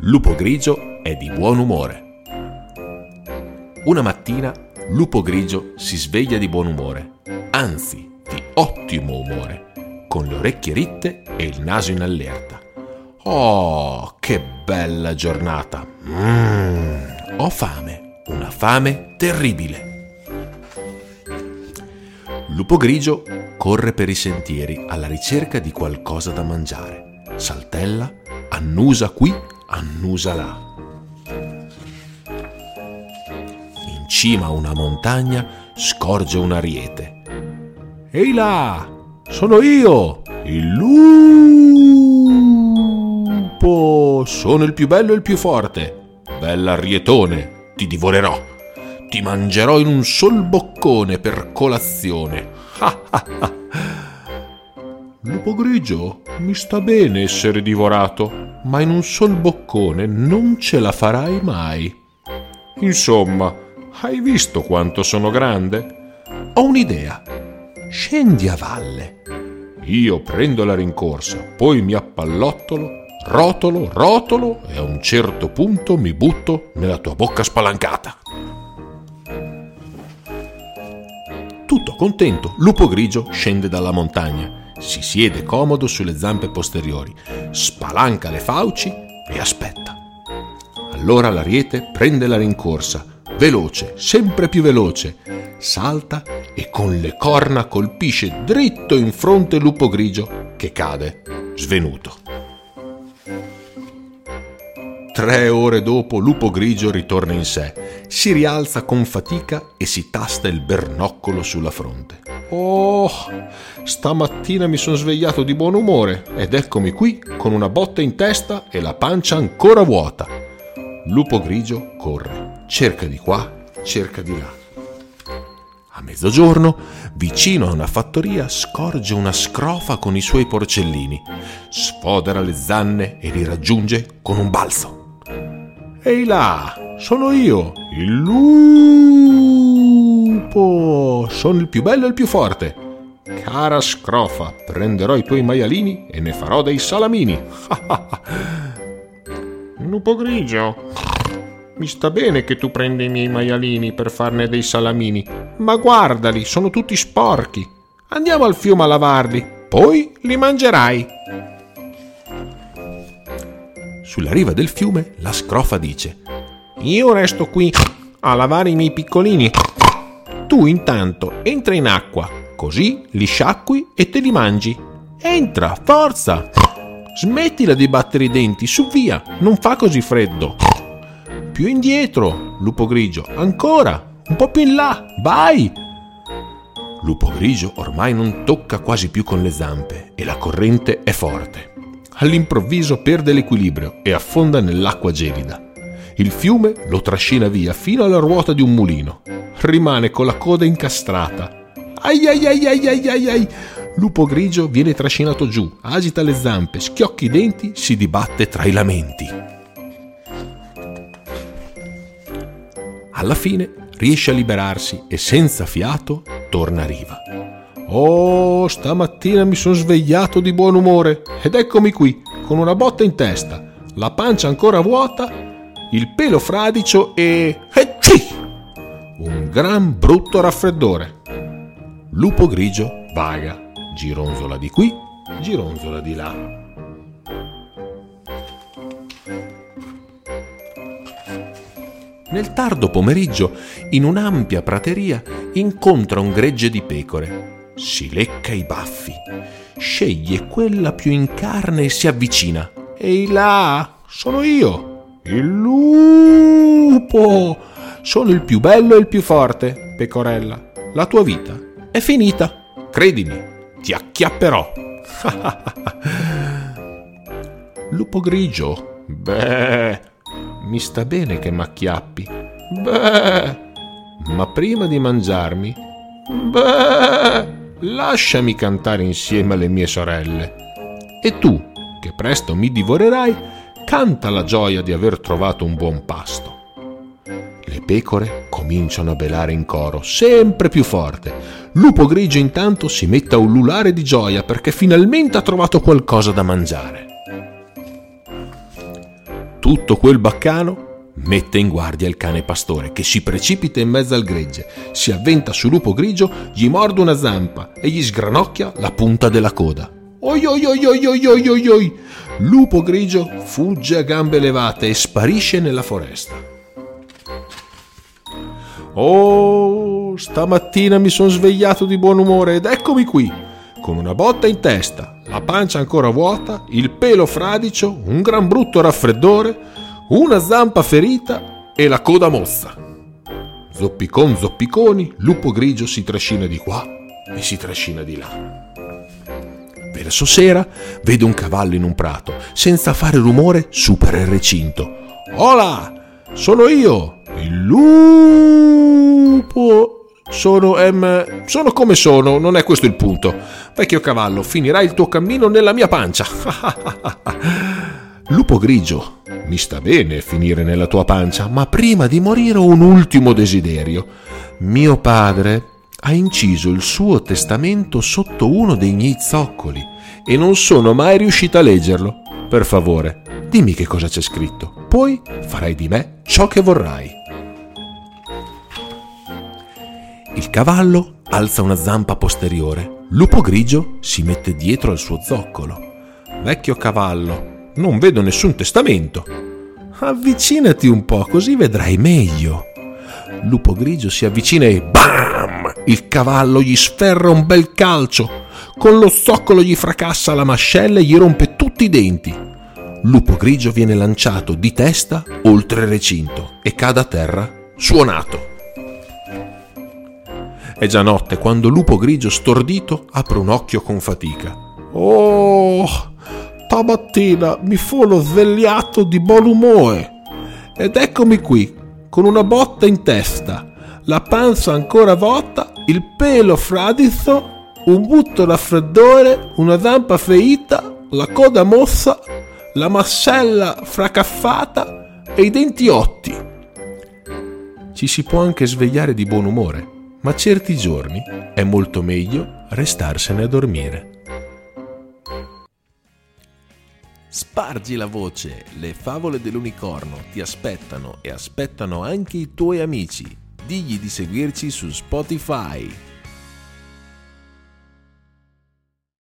Lupo Grigio è di buon umore. Una mattina Lupo Grigio si sveglia di buon umore, anzi di ottimo umore, con le orecchie ritte e il naso in allerta. Oh, che bella giornata! Ho fame, una fame terribile. Lupo Grigio corre per i sentieri alla ricerca di qualcosa da mangiare. Saltella, annusa qui, annusa là. In cima a una montagna scorge un ariete. Ehi là, sono io, il lupo! Sono il più bello e il più forte. Bell'arietone, ti divorerò. Ti mangerò in un sol boccone per colazione. Lupo Grigio, mi sta bene essere divorato, ma in un sol boccone non ce la farai mai. Insomma, hai visto quanto sono grande? Ho un'idea. Scendi a valle. Io prendo la rincorsa, poi mi appallottolo, rotolo e a un certo punto mi butto nella tua bocca spalancata. Tutto contento, Lupo Grigio scende dalla montagna. Si siede comodo sulle zampe posteriori, spalanca le fauci e aspetta. Allora l'ariete prende la rincorsa, veloce, sempre più veloce, salta e con le corna colpisce dritto in fronte Lupo Grigio, che cade svenuto. 3 ore dopo Lupo Grigio ritorna in sé, si rialza con fatica e si tasta il bernoccolo sulla fronte. Oh, stamattina mi sono svegliato di buon umore ed eccomi qui con una botta in testa e la pancia ancora vuota. Lupo Grigio corre, cerca di qua, cerca di là. A mezzogiorno, vicino a una fattoria, scorge una scrofa con i suoi porcellini. Sfodera le zanne e li raggiunge con un balzo. Ehi là, sono io, il lupo! Sono il più bello e il più forte. Cara scrofa, prenderò i tuoi maialini e ne farò dei salamini. Lupo Grigio, mi sta bene che tu prendi i miei maialini per farne dei salamini, ma guardali, sono tutti sporchi. Andiamo al fiume a lavarli, poi li mangerai. Sulla riva del fiume la scrofa dice: io resto qui a lavare i miei piccolini. Tu intanto entra in acqua, così li sciacqui e te li mangi. Entra, forza! Smettila di battere i denti, su via, non fa così freddo. Più indietro, Lupo Grigio, ancora, un po' più in là, vai! Lupo Grigio ormai non tocca quasi più con le zampe e la corrente è forte. All'improvviso perde l'equilibrio e affonda nell'acqua gelida. Il fiume lo trascina via fino alla ruota di un mulino. Rimane con la coda incastrata. Ai ai ai ai ai ai ai! Lupo Grigio viene trascinato giù, agita le zampe, schiocca i denti, si dibatte tra i lamenti. Alla fine riesce a liberarsi e senza fiato torna a riva. Oh, stamattina mi sono svegliato di buon umore ed eccomi qui, con una botta in testa, la pancia ancora vuota, il pelo fradicio e... un gran brutto raffreddore. Lupo Grigio vaga, gironzola di qui, gironzola di là. Nel tardo pomeriggio, in un'ampia prateria, incontra un gregge di pecore. Si lecca i baffi, sceglie quella più in carne e si avvicina. Ehi là, sono io, il lupo! Sono il più bello e il più forte, pecorella. La tua vita è finita, credimi, ti acchiapperò. Lupo Grigio, beh, mi sta bene che m'acchiappi. Beh, ma prima di mangiarmi, beh, lasciami cantare insieme alle mie sorelle. E tu, che presto mi divorerai, canta la gioia di aver trovato un buon pasto. Le pecore cominciano a belare in coro, sempre più forte. Lupo Grigio intanto si mette a ululare di gioia perché finalmente ha trovato qualcosa da mangiare. tutto quel baccano mette in guardia il cane pastore, che si precipita in mezzo al gregge, si avventa su Lupo Grigio, gli morde una zampa e gli sgranocchia la punta della coda. Oi oi oi oi oi oi oi oi! Lupo Grigio fugge a gambe levate e sparisce nella foresta. Oh, stamattina mi sono svegliato di buon umore ed eccomi qui, con una botta in testa, la pancia ancora vuota, il pelo fradicio, un gran brutto raffreddore, una zampa ferita e la coda mossa. Zoppicon zoppiconi, Lupo Grigio si trascina di qua e si trascina di là. Verso sera vede un cavallo in un prato, senza fare rumore supera il recinto. Hola, sono io, il lupo. Sono come sono, non è questo il punto. Vecchio cavallo, finirai il tuo cammino nella mia pancia. Lupo Grigio, mi sta bene finire nella tua pancia, ma prima di morire ho un ultimo desiderio. Mio padre ha inciso il suo testamento sotto uno dei miei zoccoli e non sono mai riuscito a leggerlo. Per favore, dimmi che cosa c'è scritto, poi farai di me ciò che vorrai. Il cavallo alza una zampa posteriore. Lupo Grigio si mette dietro al suo zoccolo. Vecchio cavallo, non vedo nessun testamento. Avvicinati un po', così vedrai meglio. Lupo Grigio si avvicina e bam! Il cavallo gli sferra un bel calcio. Con lo zoccolo gli fracassa la mascella e gli rompe tutti i denti. Lupo Grigio viene lanciato di testa oltre il recinto e cade a terra suonato. È già notte quando Lupo Grigio stordito apre un occhio con fatica. Oh, stamattina mi sono svegliato di buon umore ed eccomi qui con una botta in testa, la panza ancora vuota, il pelo fradicio, un brutto raffreddore, una zampa ferita, la coda mossa, la mascella fracassata e i denti otti. Ci si può anche svegliare di buon umore, ma certi giorni è molto meglio restarsene a dormire. Spargi la voce, le favole dell'unicorno ti aspettano e aspettano anche i tuoi amici. Digli di seguirci su Spotify.